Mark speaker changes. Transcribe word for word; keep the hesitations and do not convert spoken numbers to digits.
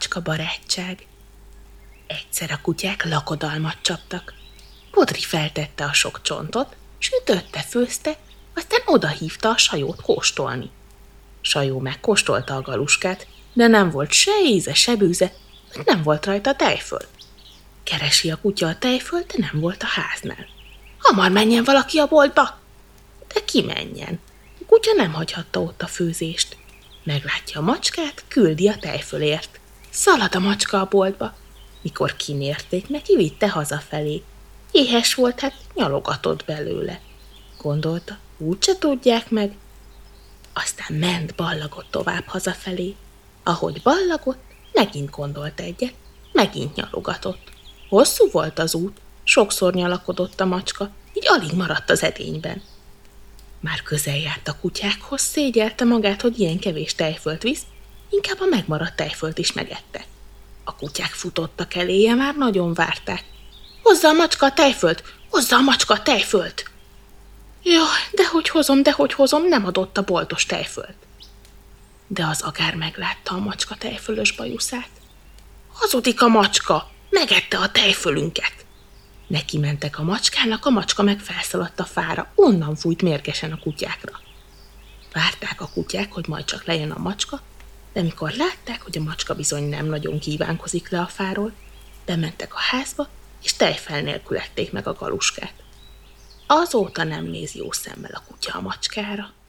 Speaker 1: macska barátság. Egyszer a kutyák lakodalmat csaptak. Podri feltette a sok csontot, sütötte, főzte, aztán odahívta a Sajót kóstolni. Sajó megkóstolta a galuskát, de nem volt se íze, se bűze, mert nem volt rajta tejföl. Keresi a kutya a tejfölt, de nem volt a háznál. Hamar menjen valaki a boltba! De ki menjen? A kutya nem hagyhatta ott a főzést. Meglátja a macskát, küldi a tejfölért. Szalad a macska a boltba. Mikor kinérték neki, vitte hazafelé. Éhes volt, hát nyalogatott belőle. Gondolta, úgyse tudják meg. Aztán ment, ballagott tovább hazafelé. Ahogy ballagott, megint gondolt egyet, megint nyalogatott. Hosszú volt az út, sokszor nyalakodott a macska, így alig maradt az edényben. Már közel járt a kutyákhoz, szégyelte magát, hogy ilyen kevés tejfölt visz, inkább a megmaradt tejfölt is megette. A kutyák futottak eléje, már nagyon várták. Hozza a macska a tejfölt! Hozza a macska a tejfölt! Jaj, dehogy hozom, dehogy hozom, nem adott a boltos tejfölt. De az agár meglátta a macska tejfölös bajuszát. Hazudik a macska, megette a tejfölünket. Neki mentek a macskának, a macska meg felszaladt a fára, onnan fújt mérgesen a kutyákra. Várták a kutyák, hogy majd csak lejön a macska, de mikor látták, hogy a macska bizony nem nagyon kívánkozik le a fáról, bementek a házba, és tejfel nélkül ették meg a galuskát. Azóta nem néz jó szemmel a kutya a macskára.